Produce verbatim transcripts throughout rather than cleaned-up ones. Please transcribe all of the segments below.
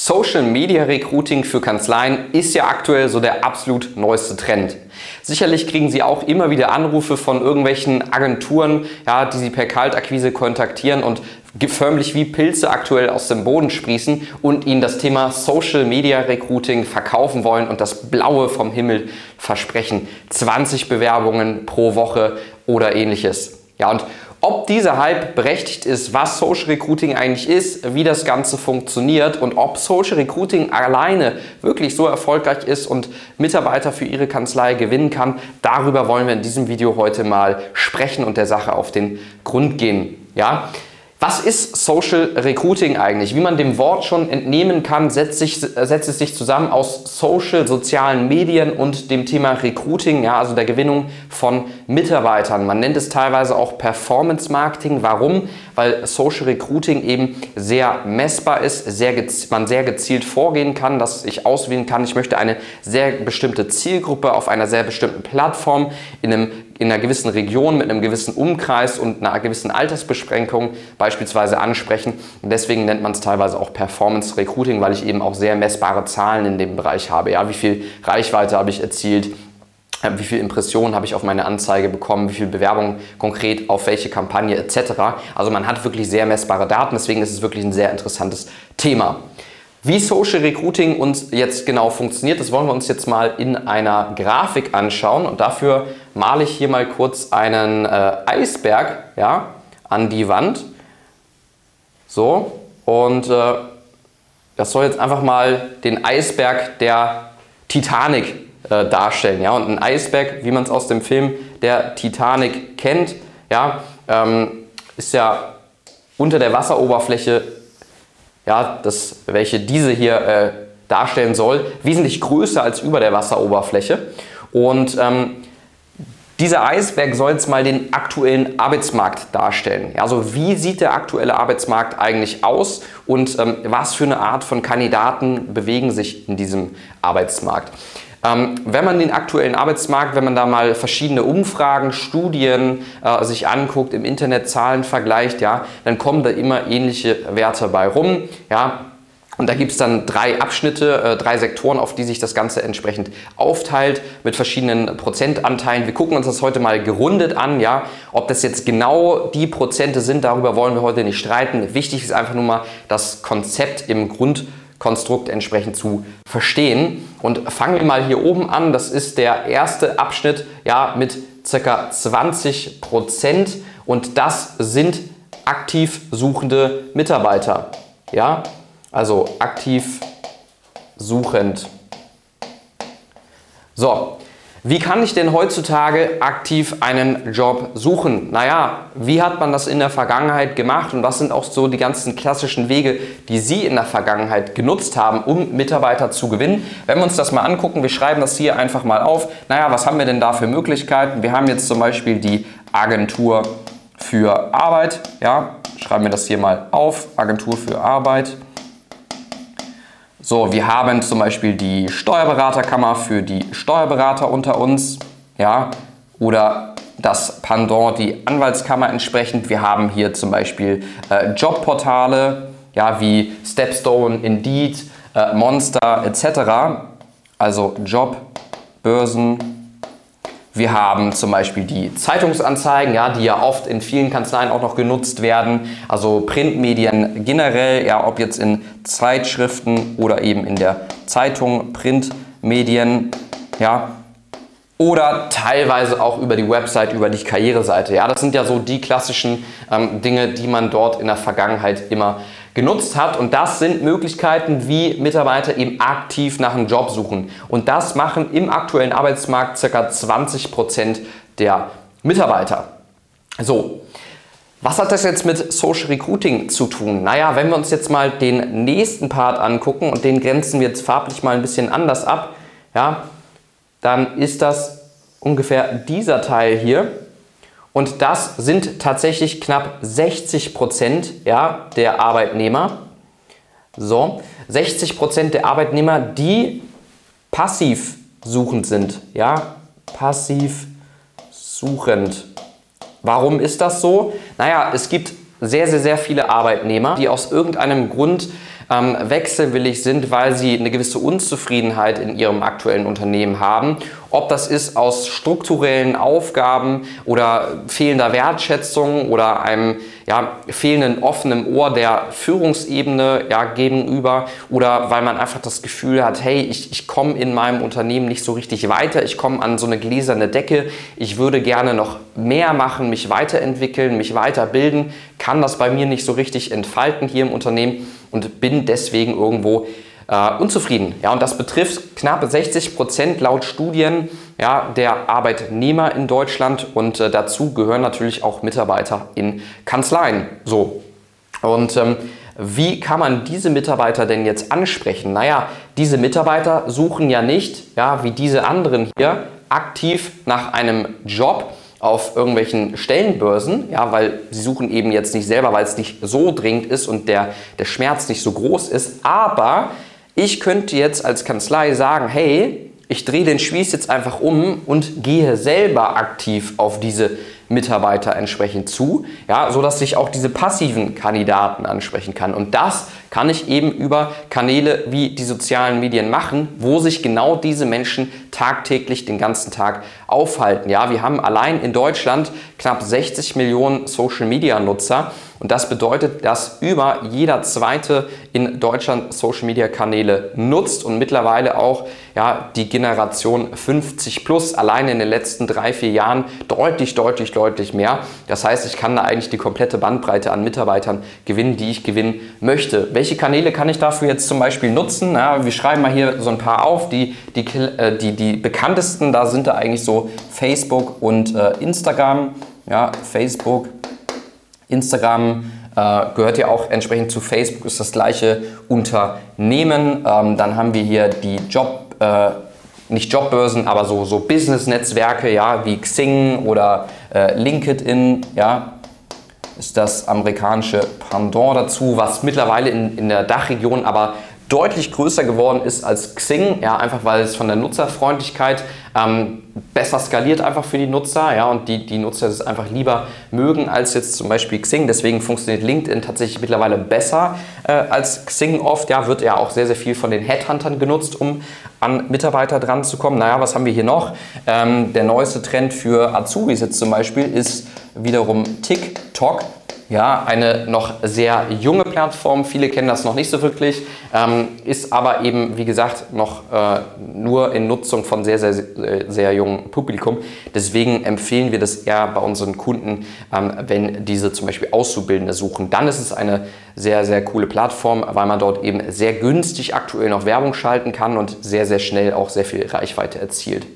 Social Media Recruiting für Kanzleien ist ja aktuell so der absolut neueste Trend. Sicherlich kriegen Sie auch immer wieder Anrufe von irgendwelchen Agenturen, ja, die Sie per Kaltakquise kontaktieren und förmlich wie Pilze aktuell aus dem Boden sprießen und Ihnen das Thema Social Media Recruiting verkaufen wollen und das Blaue vom Himmel versprechen. zwanzig Bewerbungen pro Woche oder ähnliches. Ja, und ob dieser Hype berechtigt ist, was Social Recruiting eigentlich ist, wie das Ganze funktioniert und ob Social Recruiting alleine wirklich so erfolgreich ist und Mitarbeiter für Ihre Kanzlei gewinnen kann, darüber wollen wir in diesem Video heute mal sprechen und der Sache auf den Grund gehen. Ja? Was ist Social Recruiting eigentlich? Wie man dem Wort schon entnehmen kann, setzt, sich, setzt es sich zusammen aus Social, sozialen Medien und dem Thema Recruiting, ja, also der Gewinnung von Mitarbeitern. Man nennt es teilweise auch Performance Marketing. Warum? Weil Social Recruiting eben sehr messbar ist, sehr man sehr gezielt vorgehen kann, dass ich auswählen kann, ich möchte eine sehr bestimmte Zielgruppe auf einer sehr bestimmten Plattform in einem in einer gewissen Region mit einem gewissen Umkreis und einer gewissen Altersbeschränkung beispielsweise ansprechen. Und deswegen nennt man es teilweise auch Performance Recruiting, weil ich eben auch sehr messbare Zahlen in dem Bereich habe. Ja, wie viel Reichweite habe ich erzielt? Wie viele Impressionen habe ich auf meine Anzeige bekommen? Wie viele Bewerbungen konkret auf welche Kampagne et cetera. Also man hat wirklich sehr messbare Daten, deswegen ist es wirklich ein sehr interessantes Thema. Wie Social Recruiting uns jetzt genau funktioniert, das wollen wir uns jetzt mal in einer Grafik anschauen und dafür male ich hier mal kurz einen äh, Eisberg, ja, an die Wand. So, und äh, das soll jetzt einfach mal den Eisberg der Titanic äh, darstellen. Ja? Und ein Eisberg, wie man es aus dem Film der Titanic kennt, ja, ähm, ist ja unter der Wasseroberfläche, ja, das, welche diese hier äh, darstellen soll, wesentlich größer als über der Wasseroberfläche. Und ähm, dieser Eisberg soll jetzt mal den aktuellen Arbeitsmarkt darstellen. Also wie sieht der aktuelle Arbeitsmarkt eigentlich aus und ähm, was für eine Art von Kandidaten bewegen sich in diesem Arbeitsmarkt? Ähm, wenn man den aktuellen Arbeitsmarkt, wenn man da mal verschiedene Umfragen, Studien äh, sich anguckt, im Internet Zahlen vergleicht, ja, dann kommen da immer ähnliche Werte bei rum. Ja. Und da gibt es dann drei Abschnitte, äh, drei Sektoren, auf die sich das Ganze entsprechend aufteilt mit verschiedenen Prozentanteilen. Wir gucken uns das heute mal gerundet an, ja, ob das jetzt genau die Prozente sind, darüber wollen wir heute nicht streiten. Wichtig ist einfach nur mal das Konzept im Grundkonstrukt entsprechend zu verstehen. Und fangen wir mal hier oben an. Das ist der erste Abschnitt, ja, mit ca. zwanzig Prozent und das sind aktiv suchende Mitarbeiter, ja. Also aktiv suchend. So, wie kann ich denn heutzutage aktiv einen Job suchen? Naja, wie hat man das in der Vergangenheit gemacht und was sind auch so die ganzen klassischen Wege, die Sie in der Vergangenheit genutzt haben, um Mitarbeiter zu gewinnen? Wenn wir uns das mal angucken, wir schreiben das hier einfach mal auf. Naja, was haben wir denn da für Möglichkeiten? Wir haben jetzt zum Beispiel die Agentur für Arbeit. Ja, schreiben wir das hier mal auf, Agentur für Arbeit. So, wir haben zum Beispiel die Steuerberaterkammer für die Steuerberater unter uns, ja, oder das Pendant, die Anwaltskammer entsprechend. Wir haben hier zum Beispiel äh, Jobportale, ja, wie Stepstone, Indeed, äh, Monster et cetera. Also Jobbörsen. Wir haben zum Beispiel die Zeitungsanzeigen, ja, die ja oft in vielen Kanzleien auch noch genutzt werden. Also Printmedien generell, ja, ob jetzt in Zeitschriften oder eben in der Zeitung, Printmedien, ja. Oder teilweise auch über die Website, über die Karriereseite. Ja, das sind ja so die klassischen ähm, Dinge, die man dort in der Vergangenheit immer genutzt hat. Und das sind Möglichkeiten, wie Mitarbeiter eben aktiv nach einem Job suchen. Und das machen im aktuellen Arbeitsmarkt ca. zwanzig Prozent der Mitarbeiter. So, was hat das jetzt mit Social Recruiting zu tun? Naja, wenn wir uns jetzt mal den nächsten Part angucken und den grenzen wir jetzt farblich mal ein bisschen anders ab, ja, dann ist das ungefähr dieser Teil hier. Und das sind tatsächlich knapp sechzig Prozent, ja, der Arbeitnehmer. So, sechzig Prozent der Arbeitnehmer, die passiv suchend sind. Ja, passiv suchend. Warum ist das so? Naja, es gibt sehr, sehr, sehr viele Arbeitnehmer, die aus irgendeinem Grund ähm, wechselwillig sind, weil sie eine gewisse Unzufriedenheit in ihrem aktuellen Unternehmen haben. Ob das ist aus strukturellen Aufgaben oder fehlender Wertschätzung oder einem ja, fehlenden offenen Ohr der Führungsebene ja, gegenüber oder weil man einfach das Gefühl hat, hey, ich, ich komme in meinem Unternehmen nicht so richtig weiter, ich komme an so eine gläserne Decke, ich würde gerne noch mehr machen, mich weiterentwickeln, mich weiterbilden, kann das bei mir nicht so richtig entfalten hier im Unternehmen und bin deswegen irgendwo Uh, unzufrieden. Ja, und das betrifft knapp sechzig Prozent laut Studien ja, der Arbeitnehmer in Deutschland und äh, dazu gehören natürlich auch Mitarbeiter in Kanzleien. So. Und ähm, wie kann man diese Mitarbeiter denn jetzt ansprechen? Naja, diese Mitarbeiter suchen ja nicht, ja, wie diese anderen hier, aktiv nach einem Job auf irgendwelchen Stellenbörsen, ja, weil sie suchen eben jetzt nicht selber, weil es nicht so dringend ist und der, der Schmerz nicht so groß ist, aber ich könnte jetzt als Kanzlei sagen, hey, ich drehe den Spieß jetzt einfach um und gehe selber aktiv auf diese Mitarbeiter entsprechend zu, ja, sodass ich auch diese passiven Kandidaten ansprechen kann. Und das kann ich eben über Kanäle wie die sozialen Medien machen, wo sich genau diese Menschen tagtäglich den ganzen Tag aufhalten. Ja, wir haben allein in Deutschland knapp sechzig Millionen Social-Media-Nutzer. Und das bedeutet, dass über jeder zweite in Deutschland Social-Media-Kanäle nutzt und mittlerweile auch ja, die Generation fünfzig plus alleine in den letzten drei, vier Jahren deutlich, deutlich, deutlich mehr. Das heißt, ich kann da eigentlich die komplette Bandbreite an Mitarbeitern gewinnen, die ich gewinnen möchte. Welche Kanäle kann ich dafür jetzt zum Beispiel nutzen? Ja, wir schreiben mal hier so ein paar auf. Die, die, die, die bekanntesten, da sind da eigentlich so Facebook und äh, Instagram. Ja, Facebook, Instagram äh, gehört ja auch entsprechend zu Facebook, ist das gleiche Unternehmen. Ähm, dann haben wir hier die Job, äh, nicht Jobbörsen, aber so, so Business-Netzwerke, ja, wie Xing oder äh, LinkedIn, ja, ist das amerikanische Pendant dazu, was mittlerweile in, in der Dachregion aber deutlich größer geworden ist als Xing, ja, einfach weil es von der Nutzerfreundlichkeit ähm, besser skaliert einfach für die Nutzer, ja, und die, die Nutzer es einfach lieber mögen als jetzt zum Beispiel Xing. Deswegen funktioniert LinkedIn tatsächlich mittlerweile besser äh, als Xing oft, ja, wird ja auch sehr, sehr viel von den Headhuntern genutzt, um an Mitarbeiter dran zu kommen. Naja, was haben wir hier noch? Ähm, der neueste Trend für Azubis jetzt zum Beispiel ist wiederum TikTok. Ja, eine noch sehr junge Plattform, viele kennen das noch nicht so wirklich, ähm, ist aber eben, wie gesagt, noch äh, nur in Nutzung von sehr, sehr, sehr, sehr jungem Publikum. Deswegen empfehlen wir das eher bei unseren Kunden, ähm, wenn diese zum Beispiel Auszubildende suchen. Dann ist es eine sehr, sehr coole Plattform, weil man dort eben sehr günstig aktuell noch Werbung schalten kann und sehr, sehr schnell auch sehr viel Reichweite erzielt.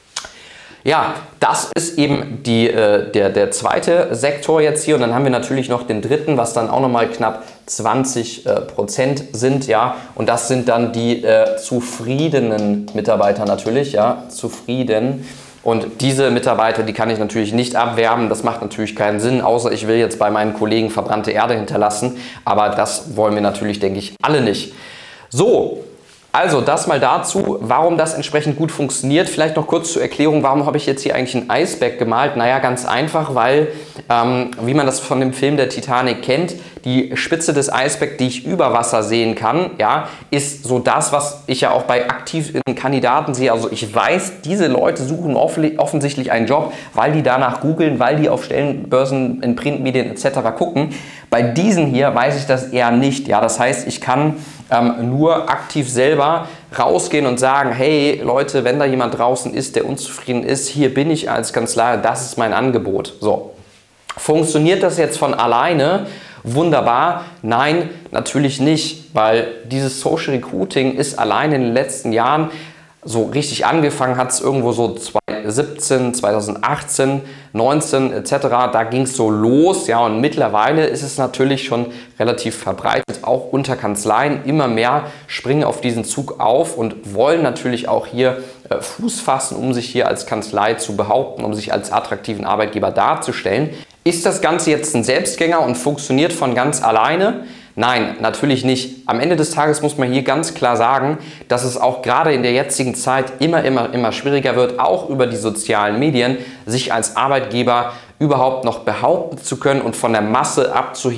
Ja, das ist eben die, äh, der, der zweite Sektor jetzt hier und dann haben wir natürlich noch den dritten, was dann auch nochmal knapp zwanzig Prozent sind, ja, und das sind dann die äh, zufriedenen Mitarbeiter natürlich, ja, zufrieden. Und diese Mitarbeiter, die kann ich natürlich nicht abwerben, das macht natürlich keinen Sinn, außer ich will jetzt bei meinen Kollegen verbrannte Erde hinterlassen, aber das wollen wir natürlich, denke ich, alle nicht. So. Also das mal dazu, warum das entsprechend gut funktioniert. Vielleicht noch kurz zur Erklärung, warum habe ich jetzt hier eigentlich ein Eisberg gemalt? Naja, ganz einfach, weil, ähm, wie man das von dem Film der Titanic kennt, die Spitze des Eisbergs, die ich über Wasser sehen kann, ja, ist so das, was ich ja auch bei aktiven Kandidaten sehe. Also ich weiß, diese Leute suchen offensichtlich einen Job, weil die danach googeln, weil die auf Stellenbörsen in Printmedien et cetera gucken. Bei diesen hier weiß ich das eher nicht. Ja, das heißt, ich kann ähm, nur aktiv selber rausgehen und sagen, hey Leute, wenn da jemand draußen ist, der unzufrieden ist, hier bin ich als Kanzlei, das ist mein Angebot. So. Funktioniert das jetzt von alleine? Wunderbar. Nein, natürlich nicht, weil dieses Social Recruiting ist allein in den letzten Jahren so richtig angefangen, hat es irgendwo so zweitausendsiebzehn, zweitausendachtzehn, neunzehn et cetera. Da ging es so los, ja, und mittlerweile ist es natürlich schon relativ verbreitet, auch unter Kanzleien. Immer mehr springen auf diesen Zug auf und wollen natürlich auch hier äh, Fuß fassen, um sich hier als Kanzlei zu behaupten, um sich als attraktiven Arbeitgeber darzustellen. Ist das Ganze jetzt ein Selbstgänger und funktioniert von ganz alleine? Nein, natürlich nicht. Am Ende des Tages muss man hier ganz klar sagen, dass es auch gerade in der jetzigen Zeit immer, immer, immer schwieriger wird, auch über die sozialen Medien, sich als Arbeitgeber überhaupt noch behaupten zu können und von der Masse abzuheben,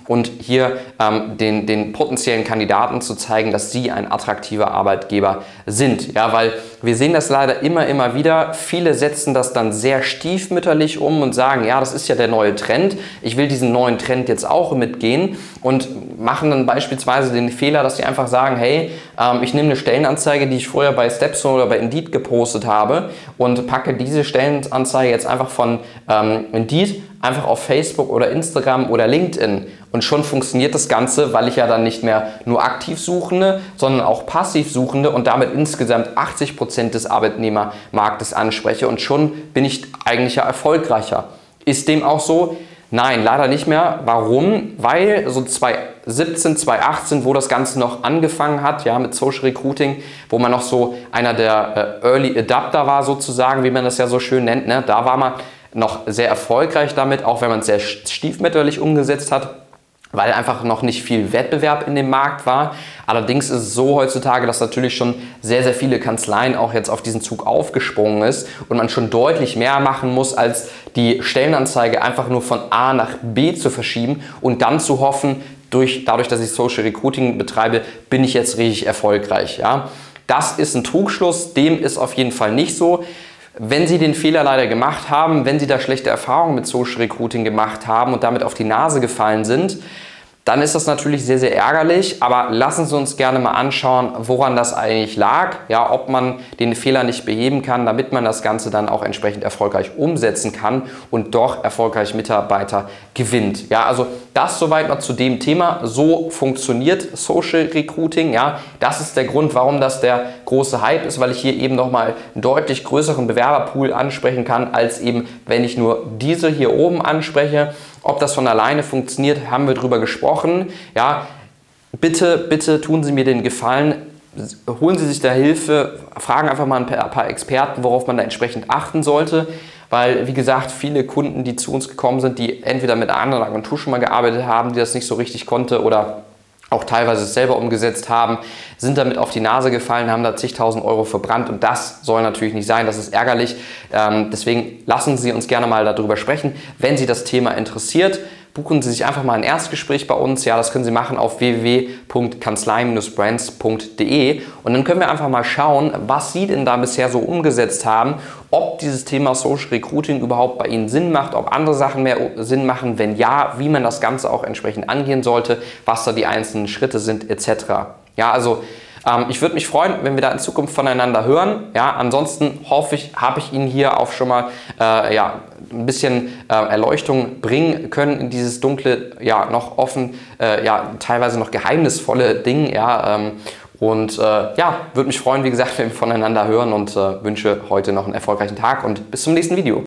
und hier ähm, den, den potenziellen Kandidaten zu zeigen, dass sie ein attraktiver Arbeitgeber sind. Ja, weil wir sehen das leider immer, immer wieder. Viele setzen das dann sehr stiefmütterlich um und sagen, ja, das ist ja der neue Trend. Ich will diesen neuen Trend jetzt auch mitgehen und machen dann beispielsweise den Fehler, dass sie einfach sagen, hey, ähm, ich nehme eine Stellenanzeige, die ich vorher bei Stepstone oder bei Indeed gepostet habe und packe diese Stellenanzeige jetzt einfach von ähm, Indeed einfach auf Facebook oder Instagram oder LinkedIn. Und schon funktioniert das Ganze, weil ich ja dann nicht mehr nur aktiv Suchende, sondern auch passiv Suchende und damit insgesamt achtzig Prozent des Arbeitnehmermarktes anspreche. Und schon bin ich eigentlich ja erfolgreicher. Ist dem auch so? Nein, leider nicht mehr. Warum? Weil so zwanzig siebzehn, zwanzig achtzehn, wo das Ganze noch angefangen hat, ja, mit Social Recruiting, wo man noch so einer der äh, Early Adapter war sozusagen, wie man das ja so schön nennt, ne? Da war man noch sehr erfolgreich damit, auch wenn man es sehr stiefmütterlich umgesetzt hat, weil einfach noch nicht viel Wettbewerb in dem Markt war. Allerdings ist es so heutzutage, dass natürlich schon sehr, sehr viele Kanzleien auch jetzt auf diesen Zug aufgesprungen ist und man schon deutlich mehr machen muss, als die Stellenanzeige einfach nur von A nach B zu verschieben und dann zu hoffen, durch, dadurch, dass ich Social Recruiting betreibe, bin ich jetzt richtig erfolgreich. Ja? Das ist ein Trugschluss, dem ist auf jeden Fall nicht so. Wenn Sie den Fehler leider gemacht haben, wenn Sie da schlechte Erfahrungen mit Social Recruiting gemacht haben und damit auf die Nase gefallen sind, dann ist das natürlich sehr, sehr ärgerlich, aber lassen Sie uns gerne mal anschauen, woran das eigentlich lag, ja, ob man den Fehler nicht beheben kann, damit man das Ganze dann auch entsprechend erfolgreich umsetzen kann und doch erfolgreich Mitarbeiter gewinnt. Ja, also das soweit noch zu dem Thema. So funktioniert Social Recruiting. Ja, das ist der Grund, warum das der große Hype ist, weil ich hier eben nochmal einen deutlich größeren Bewerberpool ansprechen kann, als eben, wenn ich nur diese hier oben anspreche. Ob das von alleine funktioniert, haben wir drüber gesprochen. Ja, bitte, bitte tun Sie mir den Gefallen, holen Sie sich da Hilfe, fragen einfach mal ein paar Experten, worauf man da entsprechend achten sollte. Weil, wie gesagt, viele Kunden, die zu uns gekommen sind, die entweder mit einer anderen Agentur schon mal gearbeitet haben, die das nicht so richtig konnte oder auch teilweise es selber umgesetzt haben, sind damit auf die Nase gefallen, haben da zigtausend Euro verbrannt und das soll natürlich nicht sein, das ist ärgerlich. Ähm, deswegen lassen Sie uns gerne mal darüber sprechen. Wenn Sie das Thema interessiert, buchen Sie sich einfach mal ein Erstgespräch bei uns. Ja, das können Sie machen auf w w w punkt kanzlei Bindestrich brands punkt de und dann können wir einfach mal schauen, was Sie denn da bisher so umgesetzt haben, ob dieses Thema Social Recruiting überhaupt bei Ihnen Sinn macht, ob andere Sachen mehr Sinn machen, wenn ja, wie man das Ganze auch entsprechend angehen sollte, was da die einzelnen Schritte sind et cetera. Ja, also ähm, ich würde mich freuen, wenn wir da in Zukunft voneinander hören. Ja, ansonsten hoffe ich, habe ich Ihnen hier auch schon mal äh, ja, ein bisschen äh, Erleuchtung bringen können in dieses dunkle, ja, noch offen, äh, ja, teilweise noch geheimnisvolle Ding. Ja, ähm, und äh, ja, würde mich freuen, wie gesagt, wenn wir voneinander hören und äh, wünsche heute noch einen erfolgreichen Tag und bis zum nächsten Video.